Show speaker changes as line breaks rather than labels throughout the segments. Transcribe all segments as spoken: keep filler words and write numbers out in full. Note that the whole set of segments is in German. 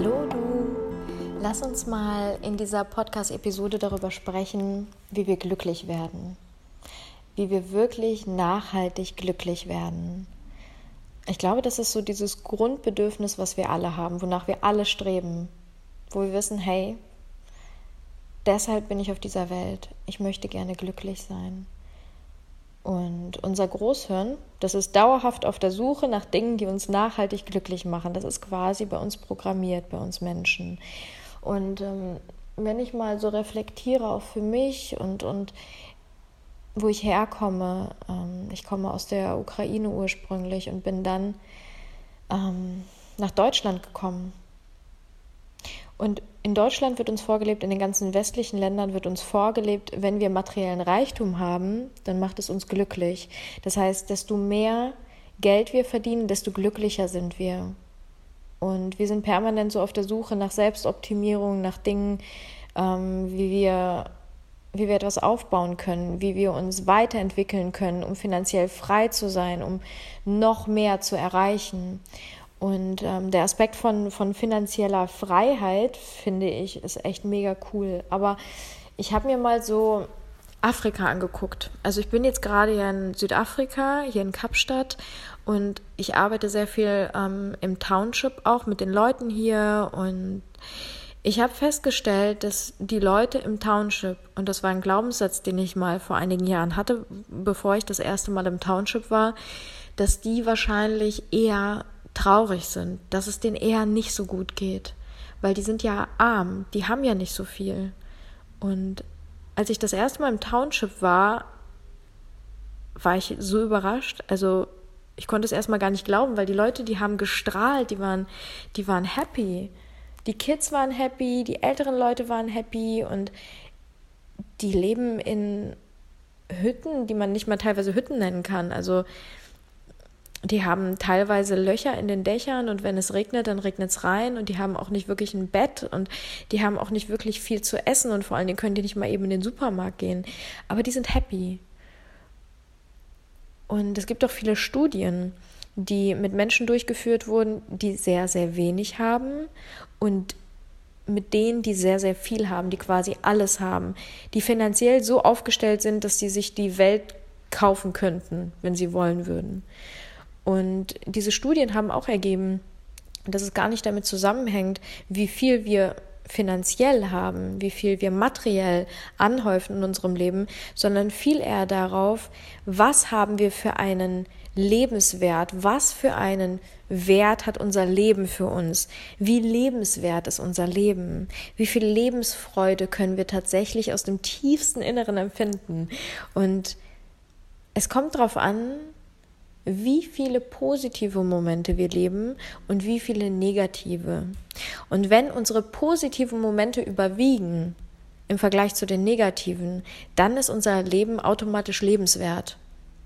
Hallo du, lass uns mal in dieser Podcast-Episode darüber sprechen, wie wir glücklich werden, wie wir wirklich nachhaltig glücklich werden. Ich glaube, das ist so dieses Grundbedürfnis, was wir alle haben, wonach wir alle streben, wo wir wissen, hey, deshalb bin ich auf dieser Welt, ich möchte gerne glücklich sein. Und unser Großhirn, das ist dauerhaft auf der Suche nach Dingen, die uns nachhaltig glücklich machen. Das ist quasi bei uns programmiert, bei uns Menschen. Und ähm, wenn ich mal so reflektiere, auch für mich und, und wo ich herkomme, ähm, ich komme aus der Ukraine ursprünglich und bin dann ähm, nach Deutschland gekommen. Und in Deutschland wird uns vorgelebt, in den ganzen westlichen Ländern wird uns vorgelebt, wenn wir materiellen Reichtum haben, dann macht es uns glücklich. Das heißt, desto mehr Geld wir verdienen, desto glücklicher sind wir. Und wir sind permanent so auf der Suche nach Selbstoptimierung, nach Dingen, ähm, wie wir, wie wir etwas aufbauen können, wie wir uns weiterentwickeln können, um finanziell frei zu sein, um noch mehr zu erreichen. Und ähm, der Aspekt von, von finanzieller Freiheit, finde ich, ist echt mega cool. Aber ich habe mir mal so Afrika angeguckt. Also ich bin jetzt gerade hier in Südafrika, hier in Kapstadt, und ich arbeite sehr viel ähm, im Township auch mit den Leuten hier. Und ich habe festgestellt, dass die Leute im Township, und das war ein Glaubenssatz, den ich mal vor einigen Jahren hatte, bevor ich das erste Mal im Township war, dass die wahrscheinlich eher traurig sind, dass es denen eher nicht so gut geht, weil die sind ja arm, die haben ja nicht so viel. Und als ich das erste Mal im Township war, war ich so überrascht, also ich konnte es erstmal gar nicht glauben, weil die Leute, die haben gestrahlt, die waren, die waren happy, die Kids waren happy, die älteren Leute waren happy und die leben in Hütten, die man nicht mal teilweise Hütten nennen kann, also die haben teilweise Löcher in den Dächern und wenn es regnet, dann regnet es rein und die haben auch nicht wirklich ein Bett und die haben auch nicht wirklich viel zu essen und vor allen Dingen können die nicht mal eben in den Supermarkt gehen. Aber die sind happy. Und es gibt auch viele Studien, die mit Menschen durchgeführt wurden, die sehr, sehr wenig haben und mit denen, die sehr, sehr viel haben, die quasi alles haben, die finanziell so aufgestellt sind, dass sie sich die Welt kaufen könnten, wenn sie wollen würden. Und diese Studien haben auch ergeben, dass es gar nicht damit zusammenhängt, wie viel wir finanziell haben, wie viel wir materiell anhäufen in unserem Leben, sondern viel eher darauf, was haben wir für einen Lebenswert, was für einen Wert hat unser Leben für uns, wie lebenswert ist unser Leben, wie viel Lebensfreude können wir tatsächlich aus dem tiefsten Inneren empfinden. Und es kommt darauf an, wie viele positive Momente wir leben und wie viele negative. Und wenn unsere positiven Momente überwiegen im Vergleich zu den negativen, dann ist unser Leben automatisch lebenswert.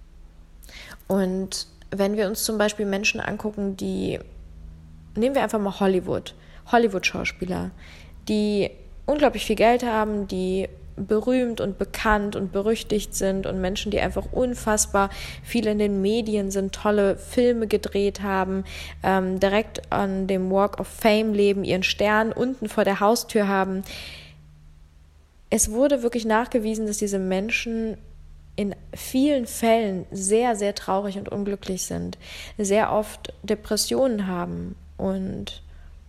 Und wenn wir uns zum Beispiel Menschen angucken, die, nehmen wir einfach mal Hollywood, Hollywood-Schauspieler, die unglaublich viel Geld haben, die berühmt und bekannt und berüchtigt sind und Menschen, die einfach unfassbar viel in den Medien sind, tolle Filme gedreht haben, ähm, direkt an dem Walk of Fame leben, ihren Stern unten vor der Haustür haben. Es wurde wirklich nachgewiesen, dass diese Menschen in vielen Fällen sehr, sehr traurig und unglücklich sind, sehr oft Depressionen haben und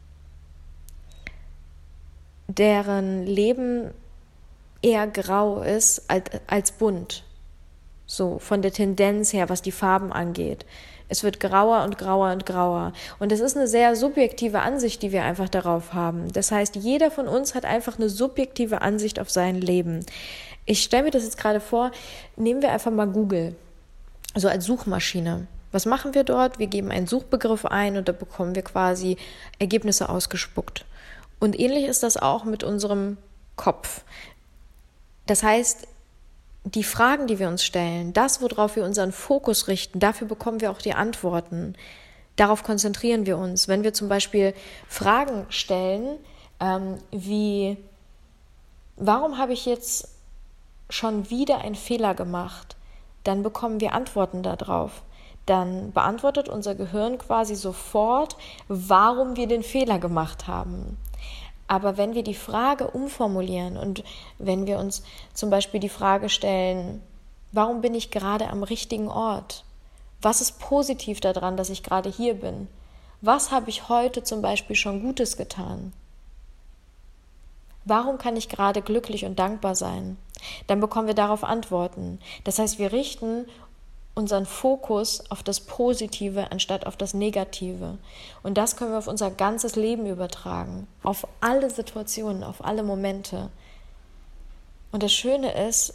deren Leben eher grau ist als, als bunt, so von der Tendenz her, was die Farben angeht. Es wird grauer und grauer und grauer. Und es ist eine sehr subjektive Ansicht, die wir einfach darauf haben. Das heißt, jeder von uns hat einfach eine subjektive Ansicht auf sein Leben. Ich stelle mir das jetzt gerade vor, nehmen wir einfach mal Google, also als Suchmaschine. Was machen wir dort? Wir geben einen Suchbegriff ein und da bekommen wir quasi Ergebnisse ausgespuckt. Und ähnlich ist das auch mit unserem Kopf. Das heißt, die Fragen, die wir uns stellen, das, worauf wir unseren Fokus richten, dafür bekommen wir auch die Antworten. Darauf konzentrieren wir uns. Wenn wir zum Beispiel Fragen stellen, ähm, wie, warum habe ich jetzt schon wieder einen Fehler gemacht? Dann bekommen wir Antworten darauf. dann beantwortet unser Gehirn quasi sofort, warum wir den Fehler gemacht haben. Aber wenn wir die Frage umformulieren und wenn wir uns zum Beispiel die Frage stellen, warum bin ich gerade am richtigen Ort? Was ist positiv daran, dass ich gerade hier bin? Was habe ich heute zum Beispiel schon Gutes getan? Warum kann ich gerade glücklich und dankbar sein? Dann bekommen wir darauf Antworten. Das heißt, wir richten unseren Fokus auf das Positive anstatt auf das Negative. Und das können wir auf unser ganzes Leben übertragen, auf alle Situationen, auf alle Momente. Und das Schöne ist,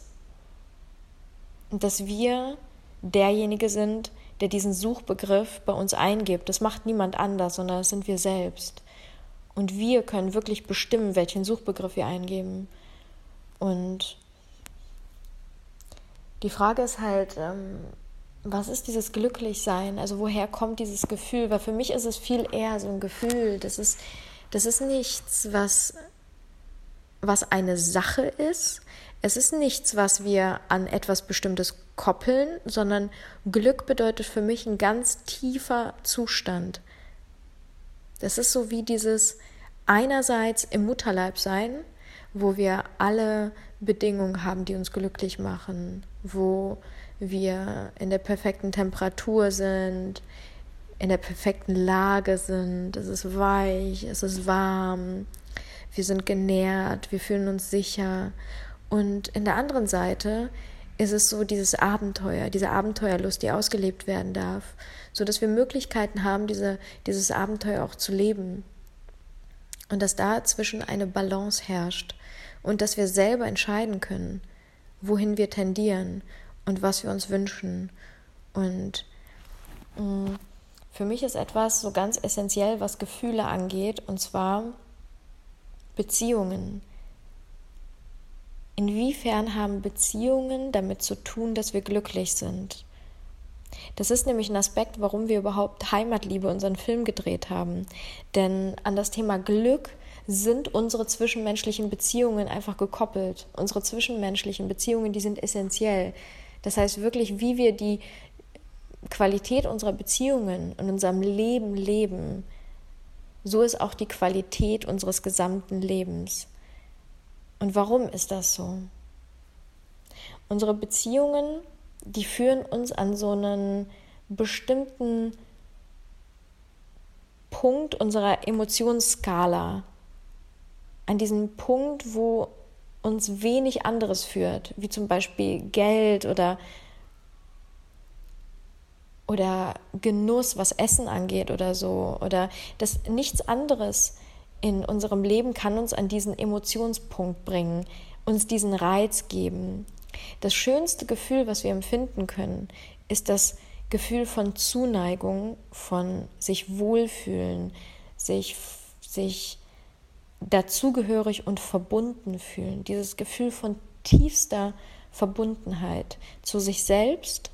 dass wir derjenige sind, der diesen Suchbegriff bei uns eingibt. Das macht niemand anders, sondern das sind wir selbst. Und wir können wirklich bestimmen, welchen Suchbegriff wir eingeben. Und die Frage ist halt, ähm, was ist dieses Glücklichsein? Also woher kommt dieses Gefühl? Weil für mich ist es viel eher so ein Gefühl. Das ist, das ist nichts, was, was eine Sache ist. Es ist nichts, was wir an etwas Bestimmtes koppeln, sondern Glück bedeutet für mich ein ganz tiefer Zustand. Das ist so wie dieses einerseits im Mutterleib sein, wo wir alle Bedingungen haben, die uns glücklich machen, wo wir in der perfekten Temperatur sind, in der perfekten Lage sind, es ist weich, es ist warm, wir sind genährt, wir fühlen uns sicher. Und in der anderen Seite ist es so dieses Abenteuer, diese Abenteuerlust, die ausgelebt werden darf, sodass wir Möglichkeiten haben, diese, dieses Abenteuer auch zu leben. Und dass dazwischen eine Balance herrscht und dass wir selber entscheiden können, wohin wir tendieren und was wir uns wünschen. Und mh, für mich ist etwas so ganz essentiell, was Gefühle angeht, und zwar Beziehungen. Inwiefern haben Beziehungen damit zu tun, dass wir glücklich sind? Das ist nämlich ein Aspekt, warum wir überhaupt Heimatliebe, unseren Film gedreht haben. Denn an das Thema Glück sind unsere zwischenmenschlichen Beziehungen einfach gekoppelt. Unsere zwischenmenschlichen Beziehungen, die sind essentiell. Das heißt wirklich, wie wir die Qualität unserer Beziehungen in unserem Leben leben, so ist auch die Qualität unseres gesamten Lebens. Und warum ist das so? Unsere Beziehungen, die führen uns an so einen bestimmten Punkt unserer Emotionsskala, an diesen Punkt, wo uns wenig anderes führt, wie zum Beispiel Geld oder, oder Genuss, was Essen angeht oder so, oder das nichts anderes in unserem Leben kann uns an diesen Emotionspunkt bringen, uns diesen Reiz geben. Das schönste Gefühl, was wir empfinden können, ist das Gefühl von Zuneigung, von sich wohlfühlen, sich, sich dazugehörig und verbunden fühlen. Dieses Gefühl von tiefster Verbundenheit zu sich selbst,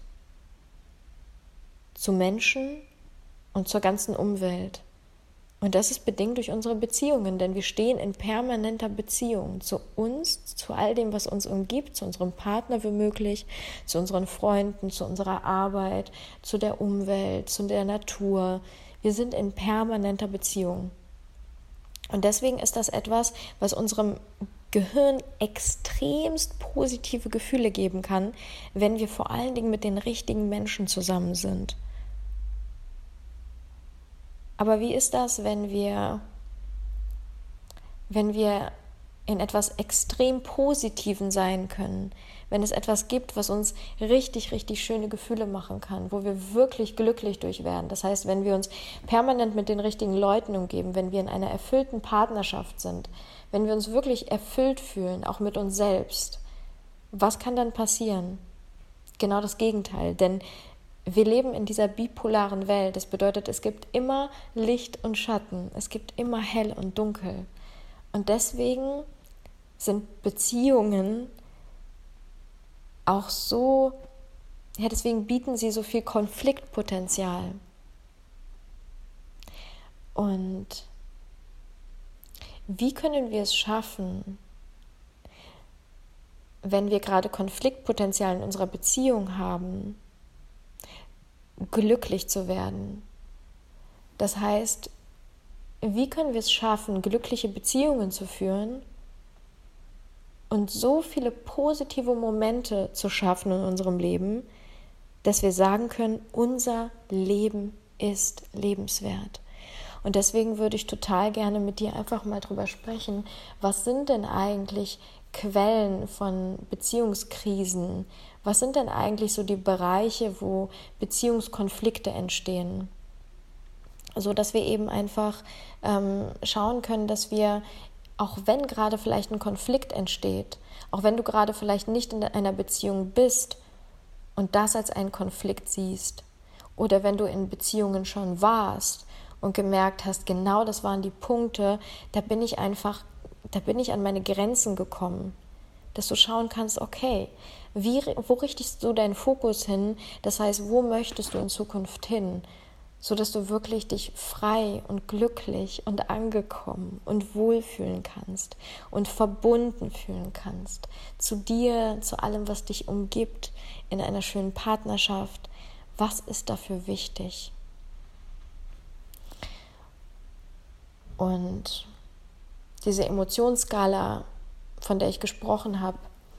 zu Menschen und zur ganzen Umwelt. Und das ist bedingt durch unsere Beziehungen, denn wir stehen in permanenter Beziehung zu uns, zu all dem, was uns umgibt, zu unserem Partner womöglich, zu unseren Freunden, zu unserer Arbeit, zu der Umwelt, zu der Natur. Wir sind in permanenter Beziehung. Und deswegen ist das etwas, was unserem Gehirn extremst positive Gefühle geben kann, wenn wir vor allen Dingen mit den richtigen Menschen zusammen sind. Aber wie ist das, wenn wir, wenn wir in etwas extrem Positiven sein können, wenn es etwas gibt, was uns richtig, richtig schöne Gefühle machen kann, wo wir wirklich glücklich durch werden? Das heißt, wenn wir uns permanent mit den richtigen Leuten umgeben, wenn wir in einer erfüllten Partnerschaft sind, wenn wir uns wirklich erfüllt fühlen, auch mit uns selbst, was kann dann passieren? Genau das Gegenteil, denn wir leben in dieser bipolaren Welt. Das bedeutet, es gibt immer Licht und Schatten. Es gibt immer hell und dunkel. Und deswegen sind Beziehungen auch so, ja, deswegen bieten sie so viel Konfliktpotenzial. Und wie können wir es schaffen, wenn wir gerade Konfliktpotenzial in unserer Beziehung haben, glücklich zu werden. Das heißt, wie können wir es schaffen, glückliche Beziehungen zu führen und so viele positive Momente zu schaffen in unserem Leben, dass wir sagen können, unser Leben ist lebenswert. Und deswegen würde ich total gerne mit dir einfach mal drüber sprechen, was sind denn eigentlich Quellen von Beziehungskrisen? Was sind denn eigentlich so die Bereiche, wo Beziehungskonflikte entstehen? So dass wir eben einfach ähm, schauen können, dass wir, auch wenn gerade vielleicht ein Konflikt entsteht, auch wenn du gerade vielleicht nicht in einer Beziehung bist und das als einen Konflikt siehst, oder wenn du in Beziehungen schon warst und gemerkt hast, genau das waren die Punkte, da bin ich einfach, da bin ich an meine Grenzen gekommen, dass du schauen kannst, okay, wie, wo richtest du deinen Fokus hin? Das heißt, wo möchtest du in Zukunft hin? Sodass du wirklich dich frei und glücklich und angekommen und wohlfühlen kannst und verbunden fühlen kannst zu dir, zu allem, was dich umgibt, in einer schönen Partnerschaft. Was ist dafür wichtig? Und diese Emotionsskala, von der ich gesprochen habe,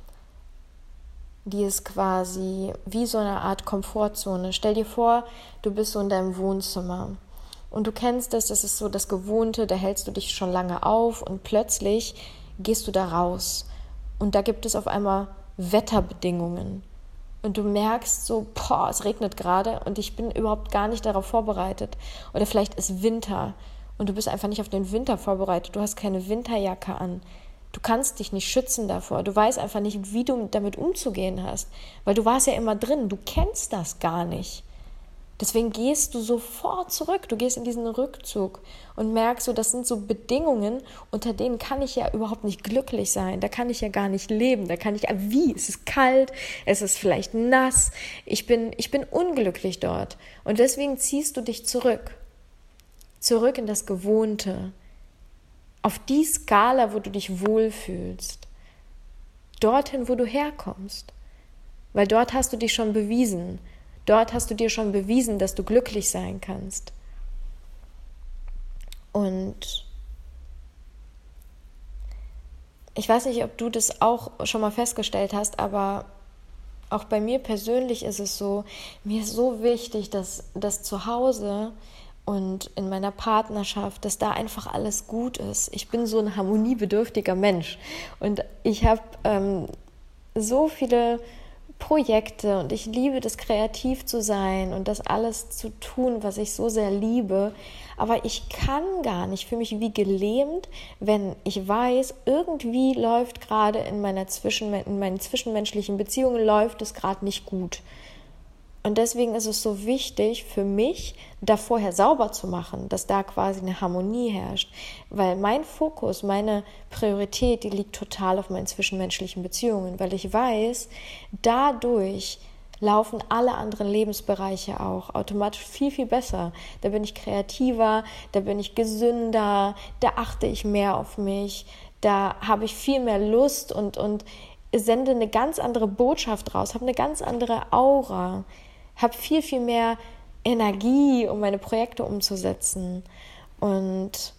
die ist quasi wie so eine Art Komfortzone. Stell dir vor, du bist so in deinem Wohnzimmer und du kennst das, das ist so das Gewohnte, da hältst du dich schon lange auf und plötzlich gehst du da raus und da gibt es auf einmal Wetterbedingungen und du merkst so, boah, es regnet gerade und ich bin überhaupt gar nicht darauf vorbereitet. Oder vielleicht ist Winter und du bist einfach nicht auf den Winter vorbereitet, du hast keine Winterjacke an. Du kannst dich nicht schützen davor. Du weißt einfach nicht, wie du damit umzugehen hast. Weil du warst ja immer drin. Du kennst das gar nicht. Deswegen gehst du sofort zurück. Du gehst in diesen Rückzug und merkst so, das sind so Bedingungen, unter denen kann ich ja überhaupt nicht glücklich sein. Da kann ich ja gar nicht leben. Da kann ich, wie? Es ist kalt, es ist vielleicht nass. Ich bin, ich bin unglücklich dort. Und deswegen ziehst du dich zurück. Zurück in das Gewohnte. Auf die Skala, wo du dich wohlfühlst, dorthin, wo du herkommst, weil dort hast du dich schon bewiesen, dort hast du dir schon bewiesen, dass du glücklich sein kannst. Und ich weiß nicht, ob du das auch schon mal festgestellt hast, aber auch bei mir persönlich ist es so, mir ist so wichtig, dass das zu Hause und in meiner Partnerschaft, dass da einfach alles gut ist. Ich bin so ein harmoniebedürftiger Mensch und ich habe ähm, so viele Projekte und ich liebe das, kreativ zu sein und das alles zu tun, was ich so sehr liebe, aber ich kann gar nicht, für mich wie gelähmt, wenn ich weiß, irgendwie läuft gerade in meiner Zwischen, in meinen zwischenmenschlichen Beziehungen läuft es gerade nicht gut. Und deswegen ist es so wichtig für mich, da vorher sauber zu machen, dass da quasi eine Harmonie herrscht. Weil mein Fokus, meine Priorität, die liegt total auf meinen zwischenmenschlichen Beziehungen. Weil ich weiß, dadurch laufen alle anderen Lebensbereiche auch automatisch viel, viel besser. Da bin ich kreativer, da bin ich gesünder, da achte ich mehr auf mich, da habe ich viel mehr Lust und, und sende eine ganz andere Botschaft raus, habe eine ganz andere Aura. Habe viel, viel mehr Energie, um meine Projekte umzusetzen. Und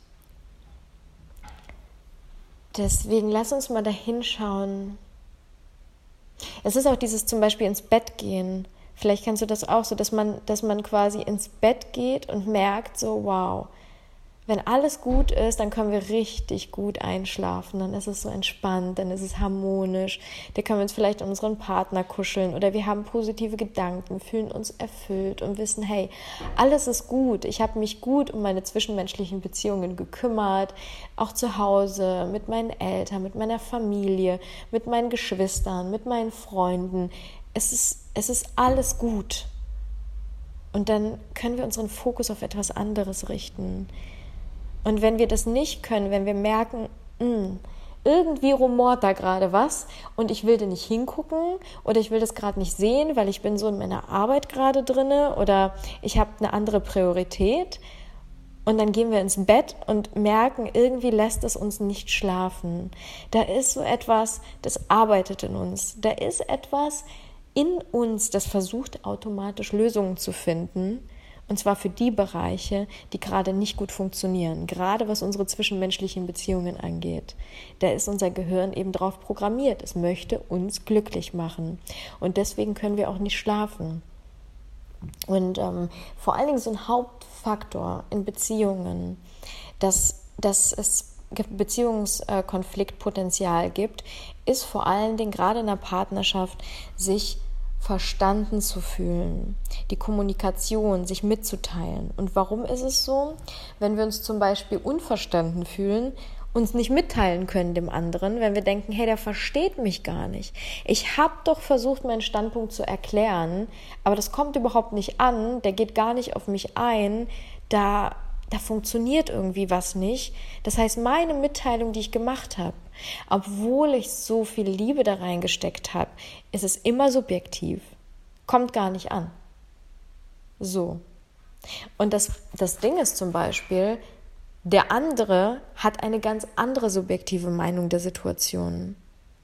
deswegen lass uns mal da hinschauen. Es ist auch dieses zum Beispiel ins Bett gehen. Vielleicht kennst du das auch so, dass man, dass man quasi ins Bett geht und merkt so, wow, wenn alles gut ist, dann können wir richtig gut einschlafen, dann ist es so entspannt, dann ist es harmonisch, da können wir uns vielleicht an unseren Partner kuscheln oder wir haben positive Gedanken, fühlen uns erfüllt und wissen, hey, alles ist gut, ich habe mich gut um meine zwischenmenschlichen Beziehungen gekümmert, auch zu Hause, mit meinen Eltern, mit meiner Familie, mit meinen Geschwistern, mit meinen Freunden, es ist, es ist alles gut. Und dann können wir unseren Fokus auf etwas anderes richten. Und wenn wir das nicht können, wenn wir merken, mh, irgendwie rumort da gerade was und ich will da nicht hingucken oder ich will das gerade nicht sehen, weil ich bin so in meiner Arbeit gerade drinne oder ich habe eine andere Priorität und dann gehen wir ins Bett und merken, irgendwie lässt es uns nicht schlafen. Da ist so etwas, das arbeitet in uns. Da ist etwas, in uns, das versucht automatisch Lösungen zu finden, und zwar für die Bereiche, die gerade nicht gut funktionieren, gerade was unsere zwischenmenschlichen Beziehungen angeht. Da ist unser Gehirn eben drauf programmiert. Es möchte uns glücklich machen. Und deswegen können wir auch nicht schlafen. Und ähm, vor allen Dingen so ein Hauptfaktor in Beziehungen, dass, dass es Beziehungskonfliktpotenzial gibt, ist vor allen Dingen gerade in der Partnerschaft, sich verstanden zu fühlen, die Kommunikation, sich mitzuteilen. Und warum ist es so? Wenn wir uns zum Beispiel unverstanden fühlen, uns nicht mitteilen können dem anderen, wenn wir denken, hey, der versteht mich gar nicht. Ich habe doch versucht, meinen Standpunkt zu erklären, aber das kommt überhaupt nicht an, der geht gar nicht auf mich ein, da, da funktioniert irgendwie was nicht. Das heißt, meine Mitteilung, die ich gemacht habe, obwohl ich so viel Liebe da reingesteckt habe, ist es immer subjektiv. Kommt gar nicht an. So. Und das, das Ding ist zum Beispiel, der andere hat eine ganz andere subjektive Meinung der Situation.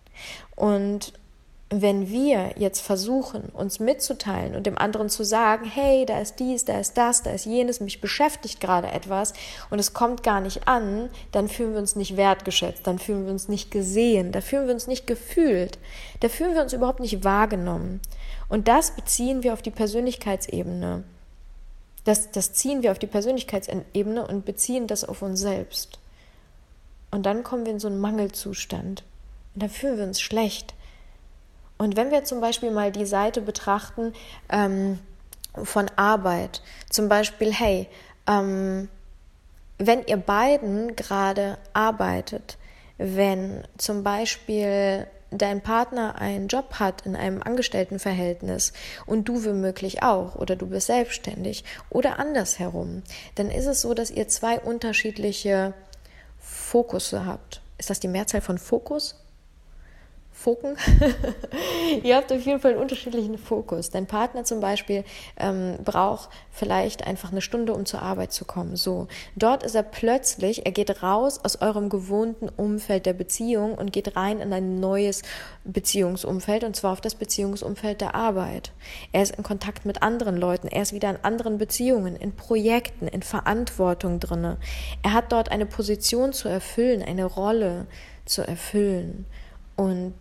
Und wenn wir jetzt versuchen, uns mitzuteilen und dem anderen zu sagen, hey, da ist dies, da ist das, da ist jenes, mich beschäftigt gerade etwas und es kommt gar nicht an, dann fühlen wir uns nicht wertgeschätzt, dann fühlen wir uns nicht gesehen, da fühlen wir uns nicht gefühlt, da fühlen wir uns überhaupt nicht wahrgenommen. Und das beziehen wir auf die Persönlichkeitsebene. Das, das ziehen wir auf die Persönlichkeitsebene und beziehen das auf uns selbst. Und dann kommen wir in so einen Mangelzustand. Und dann fühlen wir uns schlecht. Und wenn wir zum Beispiel mal die Seite betrachten ähm, von Arbeit, zum Beispiel, hey, ähm, wenn ihr beiden gerade arbeitet, wenn zum Beispiel dein Partner einen Job hat in einem Angestelltenverhältnis und du womöglich auch oder du bist selbstständig oder andersherum, dann ist es so, dass ihr zwei unterschiedliche Fokusse habt. Ist das die Mehrzahl von Fokus? Foken. Ihr habt auf jeden Fall einen unterschiedlichen Fokus. Dein Partner zum Beispiel ähm, braucht vielleicht einfach eine Stunde, um zur Arbeit zu kommen. So, dort ist er plötzlich, er geht raus aus eurem gewohnten Umfeld der Beziehung und geht rein in ein neues Beziehungsumfeld, und zwar auf das Beziehungsumfeld der Arbeit. Er ist in Kontakt mit anderen Leuten, er ist wieder in anderen Beziehungen, in Projekten, in Verantwortung drin. Er hat dort eine Position zu erfüllen, eine Rolle zu erfüllen. Und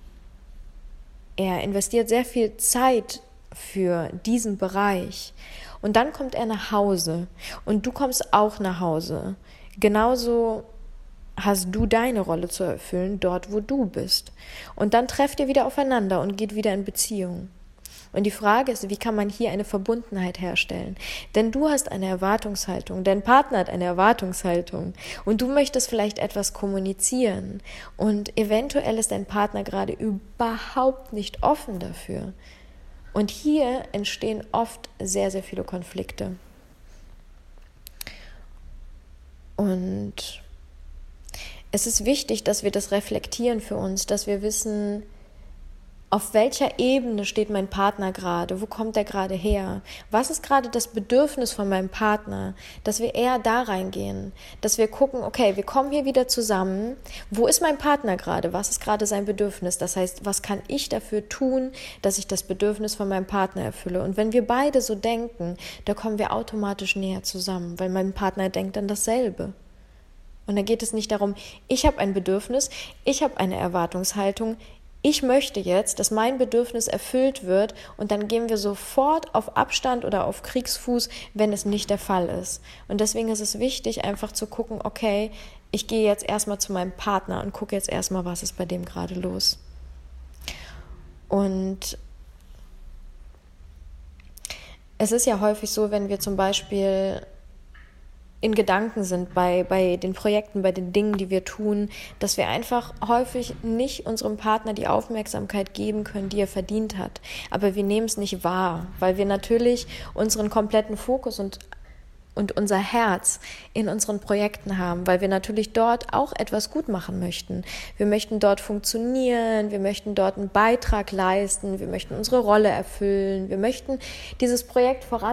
er investiert sehr viel Zeit für diesen Bereich. Und dann kommt er nach Hause. Und du kommst auch nach Hause. Genauso hast du deine Rolle zu erfüllen, dort wo du bist. Und dann trefft ihr wieder aufeinander und geht wieder in Beziehung. Und die Frage ist, wie kann man hier eine Verbundenheit herstellen? Denn du hast eine Erwartungshaltung, dein Partner hat eine Erwartungshaltung und du möchtest vielleicht etwas kommunizieren und eventuell ist dein Partner gerade überhaupt nicht offen dafür. Und hier entstehen oft sehr, sehr viele Konflikte. Und es ist wichtig, dass wir das reflektieren für uns, dass wir wissen, auf welcher Ebene steht mein Partner gerade? Wo kommt er gerade her? Was ist gerade das Bedürfnis von meinem Partner? Dass wir eher da reingehen, dass wir gucken, okay, wir kommen hier wieder zusammen. Wo ist mein Partner gerade? Was ist gerade sein Bedürfnis? Das heißt, was kann ich dafür tun, dass ich das Bedürfnis von meinem Partner erfülle? Und wenn wir beide so denken, da kommen wir automatisch näher zusammen, weil mein Partner denkt an dasselbe. Und da geht es nicht darum, ich habe ein Bedürfnis, ich habe eine Erwartungshaltung, ich möchte jetzt, dass mein Bedürfnis erfüllt wird und dann gehen wir sofort auf Abstand oder auf Kriegsfuß, wenn es nicht der Fall ist. Und deswegen ist es wichtig, einfach zu gucken, okay, ich gehe jetzt erstmal zu meinem Partner und gucke jetzt erstmal, was ist bei dem gerade los. Und es ist ja häufig so, wenn wir zum Beispiel in Gedanken sind bei, bei den Projekten, bei den Dingen, die wir tun, dass wir einfach häufig nicht unserem Partner die Aufmerksamkeit geben können, die er verdient hat. Aber wir nehmen es nicht wahr, weil wir natürlich unseren kompletten Fokus und, und unser Herz in unseren Projekten haben, weil wir natürlich dort auch etwas gut machen möchten. Wir möchten dort funktionieren, wir möchten dort einen Beitrag leisten, wir möchten unsere Rolle erfüllen, wir möchten dieses Projekt voran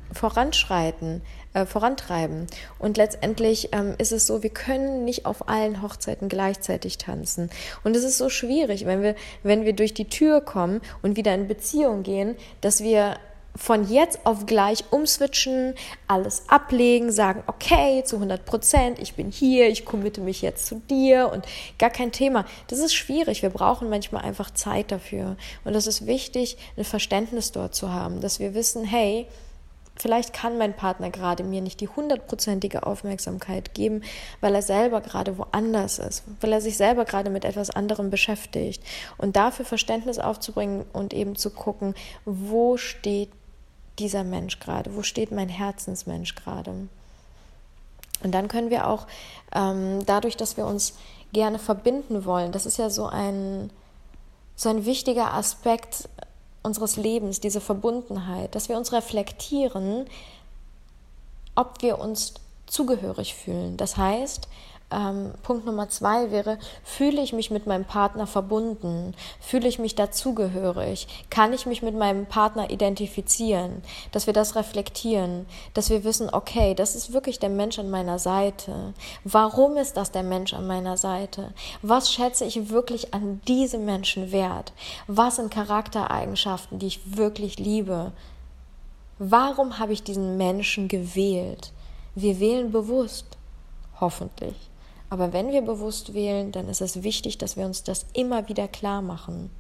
voranschreiten, äh, vorantreiben. Und letztendlich ähm, ist es so, wir können nicht auf allen Hochzeiten gleichzeitig tanzen. Und es ist so schwierig, wenn wir, wenn wir durch die Tür kommen und wieder in Beziehung gehen, dass wir von jetzt auf gleich umswitchen, alles ablegen, sagen, okay, zu hundert Prozent, ich bin hier, ich committe mich jetzt zu dir und gar kein Thema. Das ist schwierig, wir brauchen manchmal einfach Zeit dafür. Und es ist wichtig, ein Verständnis dort zu haben, dass wir wissen, hey, vielleicht kann mein Partner gerade mir nicht die hundertprozentige Aufmerksamkeit geben, weil er selber gerade woanders ist, weil er sich selber gerade mit etwas anderem beschäftigt. Und dafür Verständnis aufzubringen und eben zu gucken, wo steht dieser Mensch gerade, wo steht mein Herzensmensch gerade. Und dann können wir auch, ähm, dadurch, dass wir uns gerne verbinden wollen, das ist ja so ein, so ein wichtiger Aspekt unseres Lebens, diese Verbundenheit, dass wir uns reflektieren, ob wir uns zugehörig fühlen. Das heißt, ähm, Punkt Nummer zwei wäre, fühle ich mich mit meinem Partner verbunden? Fühle ich mich dazugehörig? Kann ich mich mit meinem Partner identifizieren? Dass wir das reflektieren, dass wir wissen, okay, das ist wirklich der Mensch an meiner Seite. Warum ist das der Mensch an meiner Seite? Was schätze ich wirklich an diesem Menschen wert? Was sind Charaktereigenschaften, die ich wirklich liebe? Warum habe ich diesen Menschen gewählt? Wir wählen bewusst, hoffentlich. Aber wenn wir bewusst wählen, dann ist es wichtig, dass wir uns das immer wieder klar machen.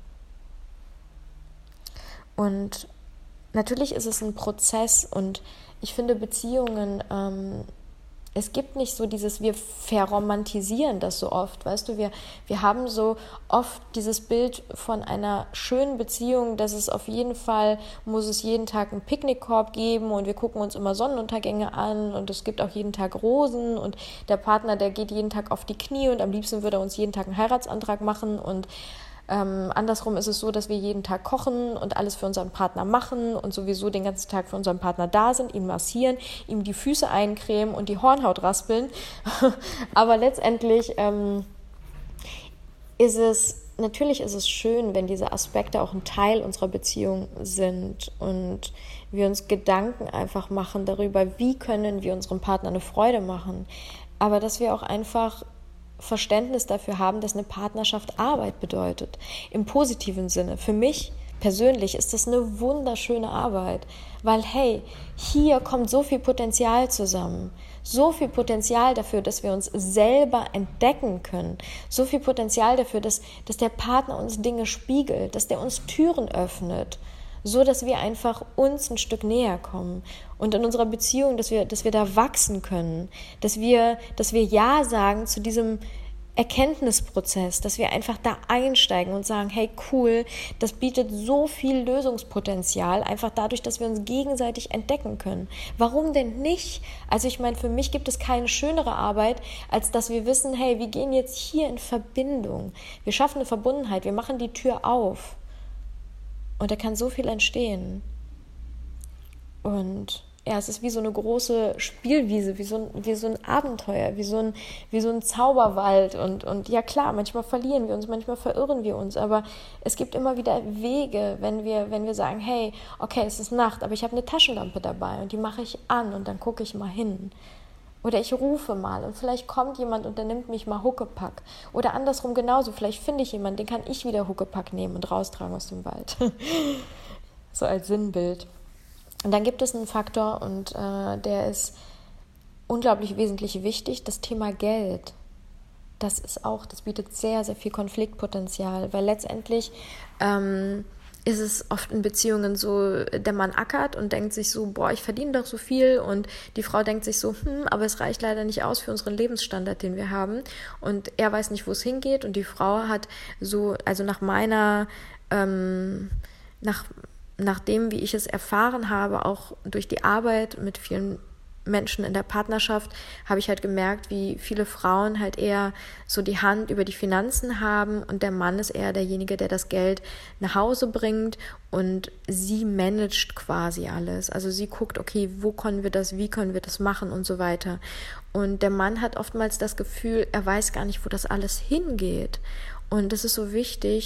Und natürlich ist es ein Prozess und ich finde Beziehungen, ähm, es gibt nicht so dieses, wir verromantisieren das so oft, weißt du, wir, wir haben so oft dieses Bild von einer schönen Beziehung, dass es auf jeden Fall, muss es jeden Tag einen Picknickkorb geben und wir gucken uns immer Sonnenuntergänge an und es gibt auch jeden Tag Rosen und der Partner, der geht jeden Tag auf die Knie und am liebsten würde er uns jeden Tag einen Heiratsantrag machen und Ähm, andersrum ist es so, dass wir jeden Tag kochen und alles für unseren Partner machen und sowieso den ganzen Tag für unseren Partner da sind, ihn massieren, ihm die Füße eincremen und die Hornhaut raspeln. Aber letztendlich ähm, ist es, natürlich ist es schön, wenn diese Aspekte auch ein Teil unserer Beziehung sind und wir uns Gedanken einfach machen darüber, wie können wir unserem Partner eine Freude machen. Aber dass wir auch einfach Verständnis dafür haben, dass eine Partnerschaft Arbeit bedeutet. Im positiven Sinne. Für mich persönlich ist das eine wunderschöne Arbeit, weil hey, hier kommt so viel Potenzial zusammen. So viel Potenzial dafür, dass wir uns selber entdecken können. So viel Potenzial dafür, dass, dass der Partner uns Dinge spiegelt, dass der uns Türen öffnet. So, dass wir einfach uns ein Stück näher kommen und in unserer Beziehung, dass wir, dass wir da wachsen können, dass wir, dass wir Ja sagen zu diesem Erkenntnisprozess, dass wir einfach da einsteigen und sagen, hey cool, das bietet so viel Lösungspotenzial, einfach dadurch, dass wir uns gegenseitig entdecken können. Warum denn nicht? Also ich meine, für mich gibt es keine schönere Arbeit, als dass wir wissen, hey, wir gehen jetzt hier in Verbindung, wir schaffen eine Verbundenheit, wir machen die Tür auf. Und da kann so viel entstehen. Und ja, es ist wie so eine große Spielwiese, wie so ein, wie so ein Abenteuer, wie so ein, wie so ein Zauberwald. Und, und ja klar, manchmal verlieren wir uns, manchmal verirren wir uns. Aber es gibt immer wieder Wege, wenn wir, wenn wir sagen, hey, okay, es ist Nacht, aber ich habe eine Taschenlampe dabei und die mache ich an und dann gucke ich mal hin. Oder ich rufe mal und vielleicht kommt jemand und der nimmt mich mal Huckepack. Oder andersrum genauso, vielleicht finde ich jemanden, den kann ich wieder Huckepack nehmen und raustragen aus dem Wald. So als Sinnbild. Und dann gibt es einen Faktor und äh, der ist unglaublich wesentlich wichtig, das Thema Geld. Das ist auch, das bietet sehr, sehr viel Konfliktpotenzial, weil letztendlich ähm, ist es oft in Beziehungen so, der Mann ackert und denkt sich so, boah, ich verdiene doch so viel und die Frau denkt sich so, hm, aber es reicht leider nicht aus für unseren Lebensstandard, den wir haben und er weiß nicht, wo es hingeht und die Frau hat so, also nach meiner, ähm, nach, nach dem, wie ich es erfahren habe, auch durch die Arbeit mit vielen Menschen in der Partnerschaft, habe ich halt gemerkt, wie viele Frauen halt eher so die Hand über die Finanzen haben und der Mann ist eher derjenige, der das Geld nach Hause bringt und sie managt quasi alles. Also sie guckt, okay, wo können wir das, wie können wir das machen und so weiter. Und der Mann hat oftmals das Gefühl, er weiß gar nicht, wo das alles hingeht. Und das ist so wichtig,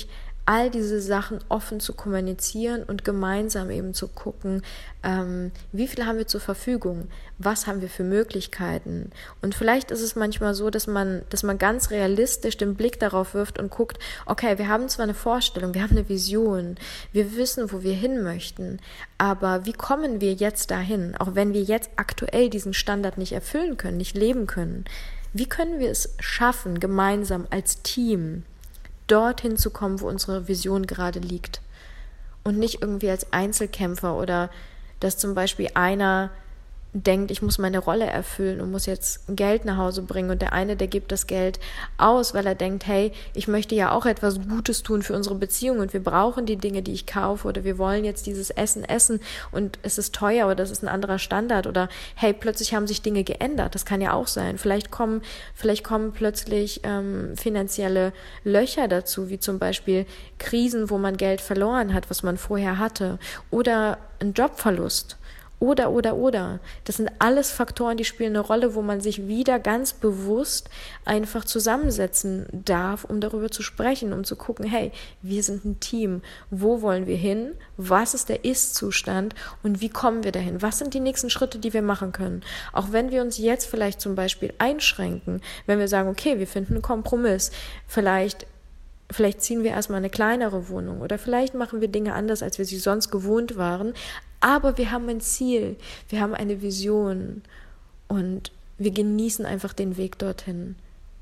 all diese Sachen offen zu kommunizieren und gemeinsam eben zu gucken, ähm, wie viel haben wir zur Verfügung, was haben wir für Möglichkeiten. Und vielleicht ist es manchmal so, dass man, dass man ganz realistisch den Blick darauf wirft und guckt, okay, wir haben zwar eine Vorstellung, wir haben eine Vision, wir wissen, wo wir hin möchten, aber wie kommen wir jetzt dahin, auch wenn wir jetzt aktuell diesen Standard nicht erfüllen können, nicht leben können? Wie können wir es schaffen, gemeinsam als Team dorthin zu kommen, wo unsere Vision gerade liegt? Und nicht irgendwie als Einzelkämpfer oder dass zum Beispiel einer denkt, ich muss meine Rolle erfüllen und muss jetzt Geld nach Hause bringen und der eine, der gibt das Geld aus, weil er denkt, hey, ich möchte ja auch etwas Gutes tun für unsere Beziehung und wir brauchen die Dinge, die ich kaufe oder wir wollen jetzt dieses Essen essen und es ist teuer oder es ist ein anderer Standard oder hey, plötzlich haben sich Dinge geändert, das kann ja auch sein. Vielleicht kommen, vielleicht kommen plötzlich ähm, finanzielle Löcher dazu, wie zum Beispiel Krisen, wo man Geld verloren hat, was man vorher hatte oder ein Jobverlust. Oder, oder, oder. Das sind alles Faktoren, die spielen eine Rolle, wo man sich wieder ganz bewusst einfach zusammensetzen darf, um darüber zu sprechen, um zu gucken, hey, wir sind ein Team. Wo wollen wir hin? Was ist der Ist-Zustand? Und wie kommen wir dahin? Was sind die nächsten Schritte, die wir machen können? Auch wenn wir uns jetzt vielleicht zum Beispiel einschränken, wenn wir sagen, okay, wir finden einen Kompromiss, vielleicht Vielleicht ziehen wir erstmal eine kleinere Wohnung oder vielleicht machen wir Dinge anders, als wir sie sonst gewohnt waren. Aber wir haben ein Ziel, wir haben eine Vision und wir genießen einfach den Weg dorthin.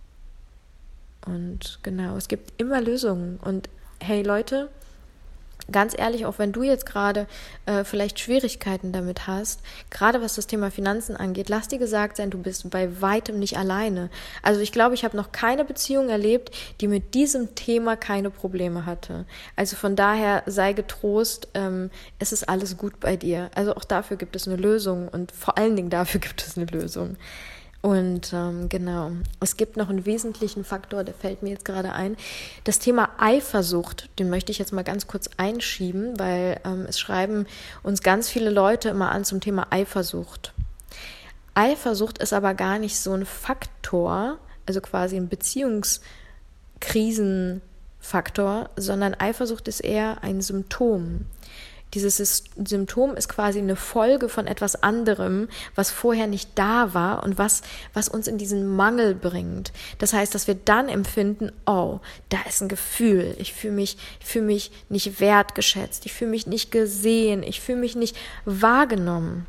Und genau, es gibt immer Lösungen. Und hey Leute, ganz ehrlich, auch wenn du jetzt gerade äh, vielleicht Schwierigkeiten damit hast, gerade was das Thema Finanzen angeht, lass dir gesagt sein, du bist bei weitem nicht alleine. Also ich glaube, ich habe noch keine Beziehung erlebt, die mit diesem Thema keine Probleme hatte. Also von daher sei getrost, ähm, es ist alles gut bei dir. Also auch dafür gibt es eine Lösung und vor allen Dingen dafür gibt es eine Lösung. Und ähm, genau, es gibt noch einen wesentlichen Faktor, der fällt mir jetzt gerade ein. Das Thema Eifersucht, den möchte ich jetzt mal ganz kurz einschieben, weil ähm, es schreiben uns ganz viele Leute immer an zum Thema Eifersucht. Eifersucht ist aber gar nicht so ein Faktor, also quasi ein Beziehungskrisenfaktor, sondern Eifersucht ist eher ein Symptom. Dieses Symptom ist quasi eine Folge von etwas anderem, was vorher nicht da war und was, was uns in diesen Mangel bringt. Das heißt, dass wir dann empfinden, oh, da ist ein Gefühl, ich fühle mich, ich fühle mich nicht wertgeschätzt, ich fühle mich nicht gesehen, ich fühle mich nicht wahrgenommen.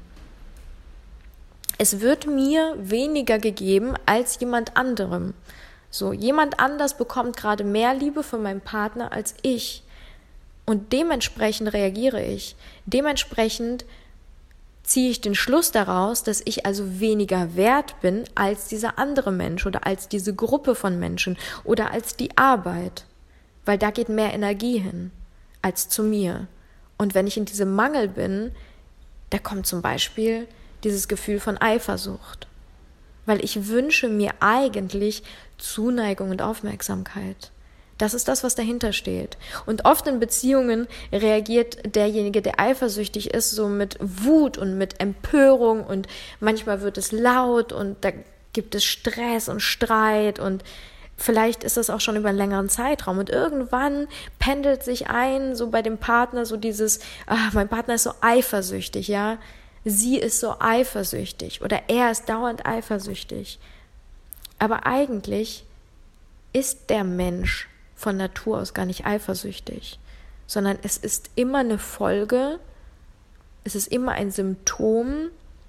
Es wird mir weniger gegeben als jemand anderem. So, jemand anders bekommt gerade mehr Liebe von meinem Partner als ich. Und dementsprechend reagiere ich. Dementsprechend ziehe ich den Schluss daraus, dass ich also weniger wert bin als dieser andere Mensch oder als diese Gruppe von Menschen oder als die Arbeit. Weil da geht mehr Energie hin als zu mir. Und wenn ich in diesem Mangel bin, da kommt zum Beispiel dieses Gefühl von Eifersucht. Weil ich wünsche mir eigentlich Zuneigung und Aufmerksamkeit. Das ist das, was dahinter steht. Und oft in Beziehungen reagiert derjenige, der eifersüchtig ist, so mit Wut und mit Empörung und manchmal wird es laut und da gibt es Stress und Streit und vielleicht ist das auch schon über einen längeren Zeitraum und irgendwann pendelt sich ein, so bei dem Partner, so dieses, ach, mein Partner ist so eifersüchtig, ja, sie ist so eifersüchtig oder er ist dauernd eifersüchtig. Aber eigentlich ist der Mensch von Natur aus gar nicht eifersüchtig, sondern es ist immer eine Folge, es ist immer ein Symptom,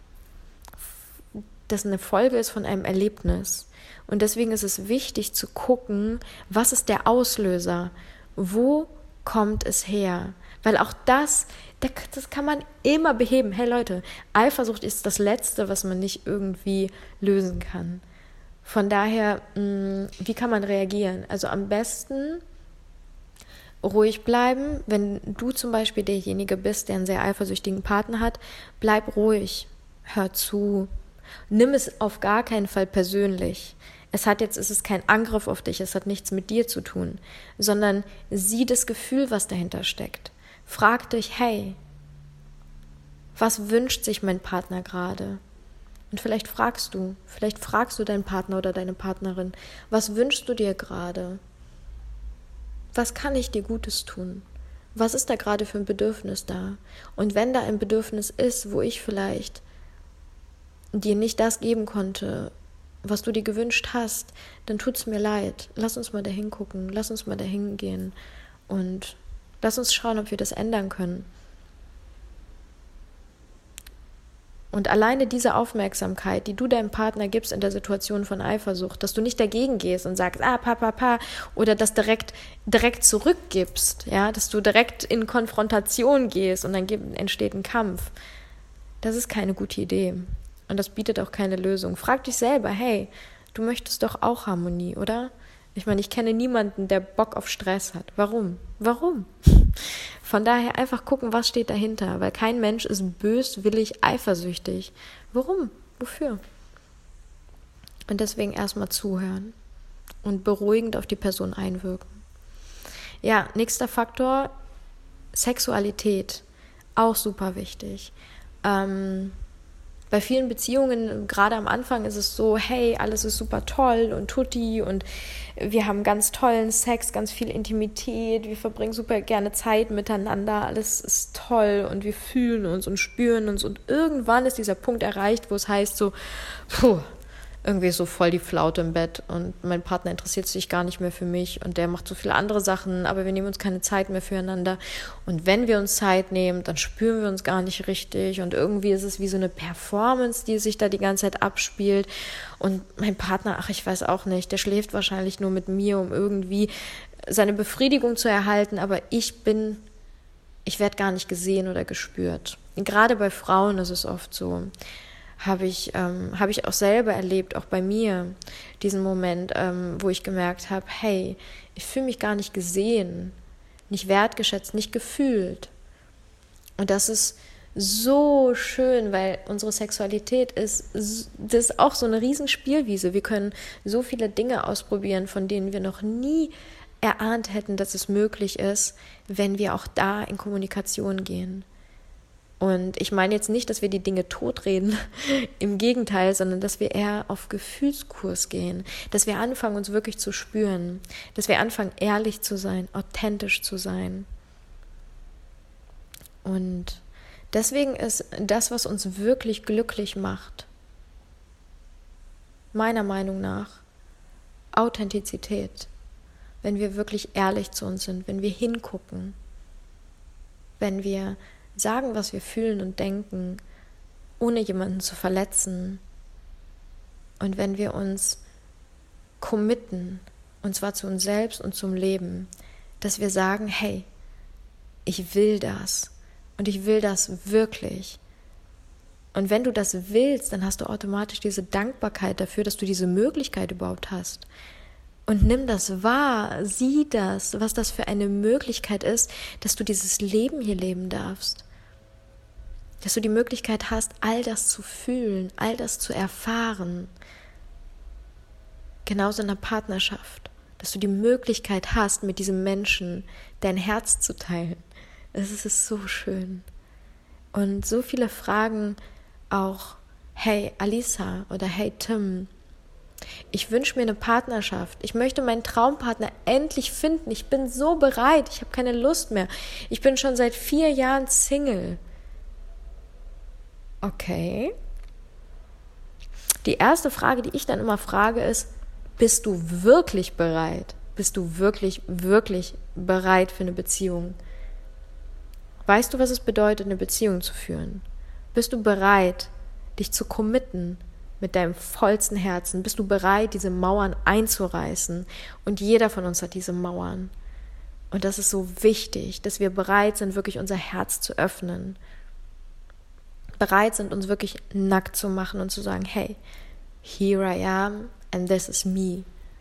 das eine Folge ist von einem Erlebnis. Und deswegen ist es wichtig zu gucken, was ist der Auslöser, wo kommt es her? Weil auch das, das kann man immer beheben. Hey Leute, Eifersucht ist das Letzte, was man nicht irgendwie lösen kann. Von daher, wie kann man reagieren? Also am besten ruhig bleiben. Wenn du zum Beispiel derjenige bist, der einen sehr eifersüchtigen Partner hat, bleib ruhig, hör zu. Nimm es auf gar keinen Fall persönlich. Es hat jetzt, es ist kein Angriff auf dich, es hat nichts mit dir zu tun, sondern sieh das Gefühl, was dahinter steckt. Frag dich, hey, was wünscht sich mein Partner gerade? Und vielleicht fragst du, vielleicht fragst du deinen Partner oder deine Partnerin, was wünschst du dir gerade? Was kann ich dir Gutes tun? Was ist da gerade für ein Bedürfnis da? Und wenn da ein Bedürfnis ist, wo ich vielleicht dir nicht das geben konnte, was du dir gewünscht hast, dann tut's mir leid. Lass uns mal dahin gucken, lass uns mal dahin gehen und lass uns schauen, ob wir das ändern können. Und alleine diese Aufmerksamkeit, die du deinem Partner gibst in der Situation von Eifersucht, dass du nicht dagegen gehst und sagst, ah, pa, pa, pa, oder das direkt, direkt zurückgibst, ja, dass du direkt in Konfrontation gehst und dann entsteht ein Kampf. Das ist keine gute Idee. Und das bietet auch keine Lösung. Frag dich selber, hey, du möchtest doch auch Harmonie, oder? Ich meine, ich kenne niemanden, der Bock auf Stress hat. Warum? Warum? Von daher einfach gucken, was steht dahinter, weil kein Mensch ist böswillig eifersüchtig. Warum? Wofür? Und deswegen erstmal zuhören und beruhigend auf die Person einwirken. Ja, nächster Faktor, Sexualität, auch super wichtig. Ähm, Bei vielen Beziehungen, gerade am Anfang, ist es so, hey, alles ist super toll und tutti und wir haben ganz tollen Sex, ganz viel Intimität, wir verbringen super gerne Zeit miteinander, alles ist toll und wir fühlen uns und spüren uns und irgendwann ist dieser Punkt erreicht, wo es heißt so, puh, irgendwie so voll die Flaute im Bett und mein Partner interessiert sich gar nicht mehr für mich und der macht so viele andere Sachen, aber wir nehmen uns keine Zeit mehr füreinander und wenn wir uns Zeit nehmen, dann spüren wir uns gar nicht richtig und irgendwie ist es wie so eine Performance, die sich da die ganze Zeit abspielt und mein Partner, ach ich weiß auch nicht, der schläft wahrscheinlich nur mit mir, um irgendwie seine Befriedigung zu erhalten, aber ich bin, ich werde gar nicht gesehen oder gespürt. Gerade bei Frauen ist es oft so. habe ich, ähm, habe ich auch selber erlebt, auch bei mir, diesen Moment, ähm, wo ich gemerkt habe, hey, ich fühle mich gar nicht gesehen, nicht wertgeschätzt, nicht gefühlt. Und das ist so schön, weil unsere Sexualität ist, das ist auch so eine riesen Spielwiese. Wir können so viele Dinge ausprobieren, von denen wir noch nie erahnt hätten, dass es möglich ist, wenn wir auch da in Kommunikation gehen. Und ich meine jetzt nicht, dass wir die Dinge totreden, im Gegenteil, sondern dass wir eher auf Gefühlskurs gehen, dass wir anfangen, uns wirklich zu spüren, dass wir anfangen, ehrlich zu sein, authentisch zu sein. Und deswegen ist das, was uns wirklich glücklich macht, meiner Meinung nach, Authentizität, wenn wir wirklich ehrlich zu uns sind, wenn wir hingucken, wenn wir sagen, was wir fühlen und denken, ohne jemanden zu verletzen. Und wenn wir uns committen, und zwar zu uns selbst und zum Leben, dass wir sagen, hey, ich will das und ich will das wirklich. Und wenn du das willst, dann hast du automatisch diese Dankbarkeit dafür, dass du diese Möglichkeit überhaupt hast. Und nimm das wahr, sieh das, was das für eine Möglichkeit ist, dass du dieses Leben hier leben darfst. Dass du die Möglichkeit hast, all das zu fühlen, all das zu erfahren. Genauso in einer Partnerschaft. Dass du die Möglichkeit hast, mit diesem Menschen dein Herz zu teilen. Es ist so schön. Und so viele Fragen auch, hey Alisa oder hey Tim, ich wünsche mir eine Partnerschaft. Ich möchte meinen Traumpartner endlich finden. Ich bin so bereit. Ich habe keine Lust mehr. Ich bin schon seit vier Jahren Single. Okay. Die erste Frage, die ich dann immer frage, ist, bist du wirklich bereit? Bist du wirklich, wirklich bereit für eine Beziehung? Weißt du, was es bedeutet, eine Beziehung zu führen? Bist du bereit, dich zu committen mit deinem vollsten Herzen? Bist du bereit, diese Mauern einzureißen? Und jeder von uns hat diese Mauern. Und das ist so wichtig, dass wir bereit sind, wirklich unser Herz zu öffnen. Bereit sind, uns wirklich nackt zu machen und zu sagen, hey, here I am and this is me.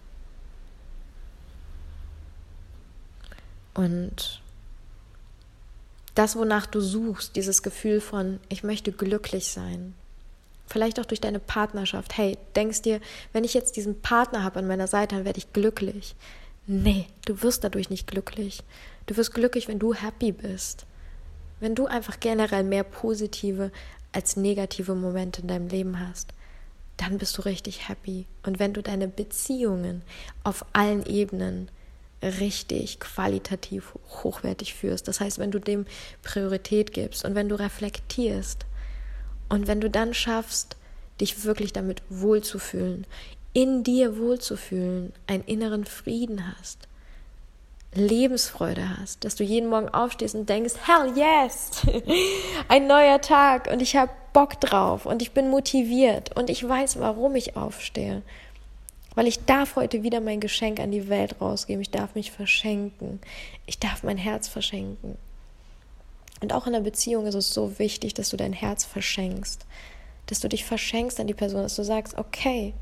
Und das, wonach du suchst, dieses Gefühl von, ich möchte glücklich sein, vielleicht auch durch deine Partnerschaft, hey, denkst dir, wenn ich jetzt diesen Partner habe an meiner Seite, dann werde ich glücklich. Nee, du wirst dadurch nicht glücklich. Du wirst glücklich, wenn du happy bist. Wenn du einfach generell mehr positive als negative Momente in deinem Leben hast, dann bist du richtig happy. Und wenn du deine Beziehungen auf allen Ebenen richtig qualitativ hochwertig führst. Das heißt, wenn du dem Priorität gibst und wenn du reflektierst und wenn du dann schaffst, dich wirklich damit wohlzufühlen, in dir wohlzufühlen, einen inneren Frieden hast, Lebensfreude hast, dass du jeden Morgen aufstehst und denkst, hell yes, ein neuer Tag und ich habe Bock drauf und ich bin motiviert und ich weiß, warum ich aufstehe, weil ich darf heute wieder mein Geschenk an die Welt rausgeben, ich darf mich verschenken, ich darf mein Herz verschenken. Und auch in einer Beziehung ist es so wichtig, dass du dein Herz verschenkst, dass du dich verschenkst an die Person, dass du sagst, okay,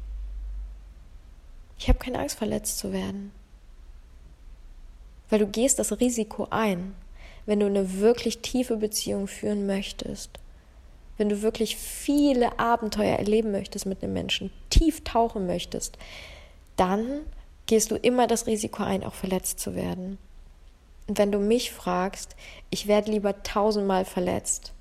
ich habe keine Angst, verletzt zu werden. Weil du gehst das Risiko ein, wenn du eine wirklich tiefe Beziehung führen möchtest, wenn du wirklich viele Abenteuer erleben möchtest mit einem Menschen, tief tauchen möchtest, dann gehst du immer das Risiko ein, auch verletzt zu werden. Und wenn du mich fragst, ich werde lieber tausendmal verletzt,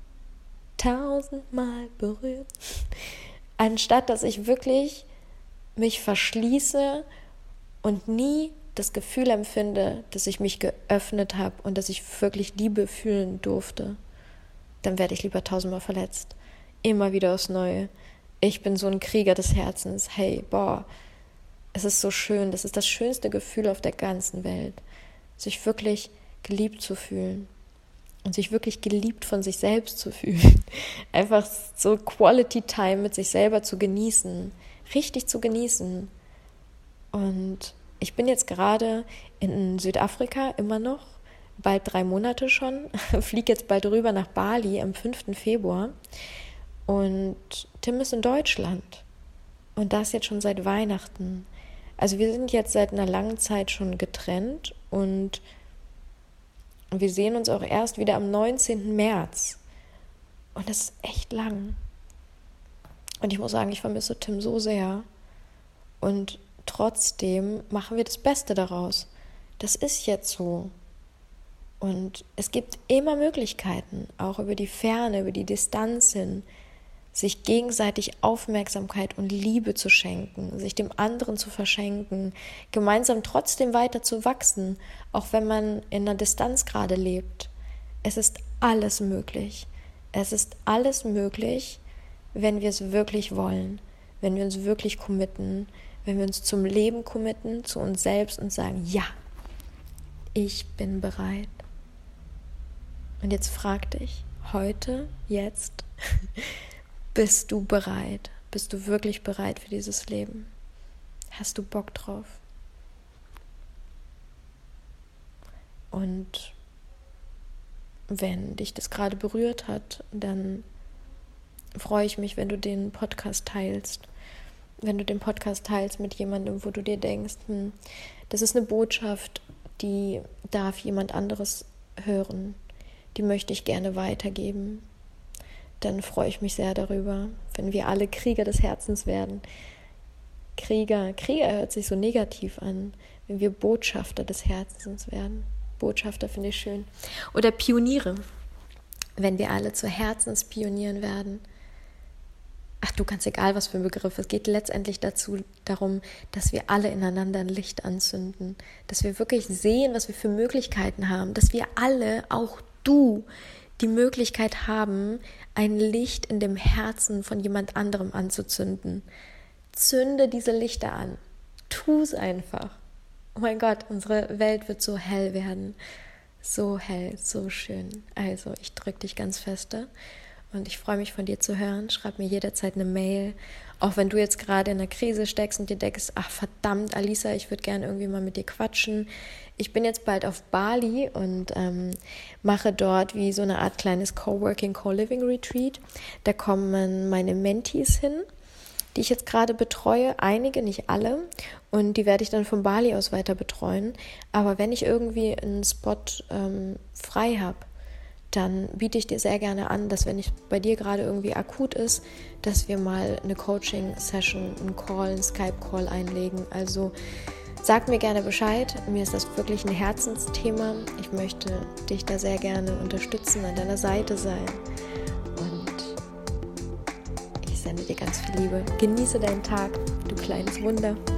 tausendmal berührt, anstatt dass ich wirklich mich verschließe und nie das Gefühl empfinde, dass ich mich geöffnet habe und dass ich wirklich Liebe fühlen durfte, dann werde ich lieber tausendmal verletzt. Immer wieder aufs Neue. Ich bin so ein Krieger des Herzens. Hey, boah, es ist so schön. Das ist das schönste Gefühl auf der ganzen Welt, sich wirklich geliebt zu fühlen und sich wirklich geliebt von sich selbst zu fühlen. Einfach so Quality Time mit sich selber zu genießen, richtig zu genießen. Und ich bin jetzt gerade in Südafrika immer noch, bald drei Monate schon, fliege jetzt bald rüber nach Bali am fünften Februar und Tim ist in Deutschland und das jetzt schon seit Weihnachten. Also wir sind jetzt seit einer langen Zeit schon getrennt und wir sehen uns auch erst wieder am neunzehnten März und das ist echt lang. Und ich muss sagen, ich vermisse Tim so sehr und trotzdem machen wir das Beste daraus. Das ist jetzt so. Und es gibt immer Möglichkeiten, auch über die Ferne, über die Distanz hin, sich gegenseitig Aufmerksamkeit und Liebe zu schenken, sich dem anderen zu verschenken, gemeinsam trotzdem weiter zu wachsen, auch wenn man in einer Distanz gerade lebt. Es ist alles möglich. Es ist alles möglich, wenn wir es wirklich wollen, wenn wir uns wirklich committen, wenn wir uns zum Leben committen, zu uns selbst und sagen, ja, ich bin bereit. Und jetzt frag dich, heute, jetzt, bist du bereit? Bist du wirklich bereit für dieses Leben? Hast du Bock drauf? Und wenn dich das gerade berührt hat, dann freue ich mich, wenn du den Podcast teilst. Wenn du den Podcast teilst mit jemandem, wo du dir denkst, hm, das ist eine Botschaft, die darf jemand anderes hören, die möchte ich gerne weitergeben, dann freue ich mich sehr darüber, wenn wir alle Krieger des Herzens werden. Krieger, Krieger hört sich so negativ an, wenn wir Botschafter des Herzens werden. Botschafter finde ich schön. Oder Pioniere, wenn wir alle zu Herzenspionieren werden. Ach du, ganz egal, was für ein Begriff. Es geht letztendlich dazu, darum, dass wir alle ineinander ein Licht anzünden, dass wir wirklich sehen, was wir für Möglichkeiten haben, dass wir alle, auch du, die Möglichkeit haben, ein Licht in dem Herzen von jemand anderem anzuzünden. Zünde diese Lichter an. Tu es einfach. Oh mein Gott, unsere Welt wird so hell werden. So hell, so schön. Also, ich drücke dich ganz feste. Und ich freue mich, von dir zu hören. Schreib mir jederzeit eine Mail. Auch wenn du jetzt gerade in einer Krise steckst und dir denkst, ach verdammt, Alisa, ich würde gerne irgendwie mal mit dir quatschen. Ich bin jetzt bald auf Bali und ähm, mache dort wie so eine Art kleines Coworking, Co-Living Retreat. Da kommen meine Mentees hin, die ich jetzt gerade betreue. Einige, nicht alle. Und die werde ich dann von Bali aus weiter betreuen. Aber wenn ich irgendwie einen Spot ähm, frei habe, dann biete ich dir sehr gerne an, dass wenn es bei dir gerade irgendwie akut ist, dass wir mal eine Coaching-Session, einen Call, einen Skype-Call einlegen. Also sag mir gerne Bescheid. Mir ist das wirklich ein Herzensthema. Ich möchte dich da sehr gerne unterstützen, an deiner Seite sein. Und ich sende dir ganz viel Liebe. Genieße deinen Tag, du kleines Wunder.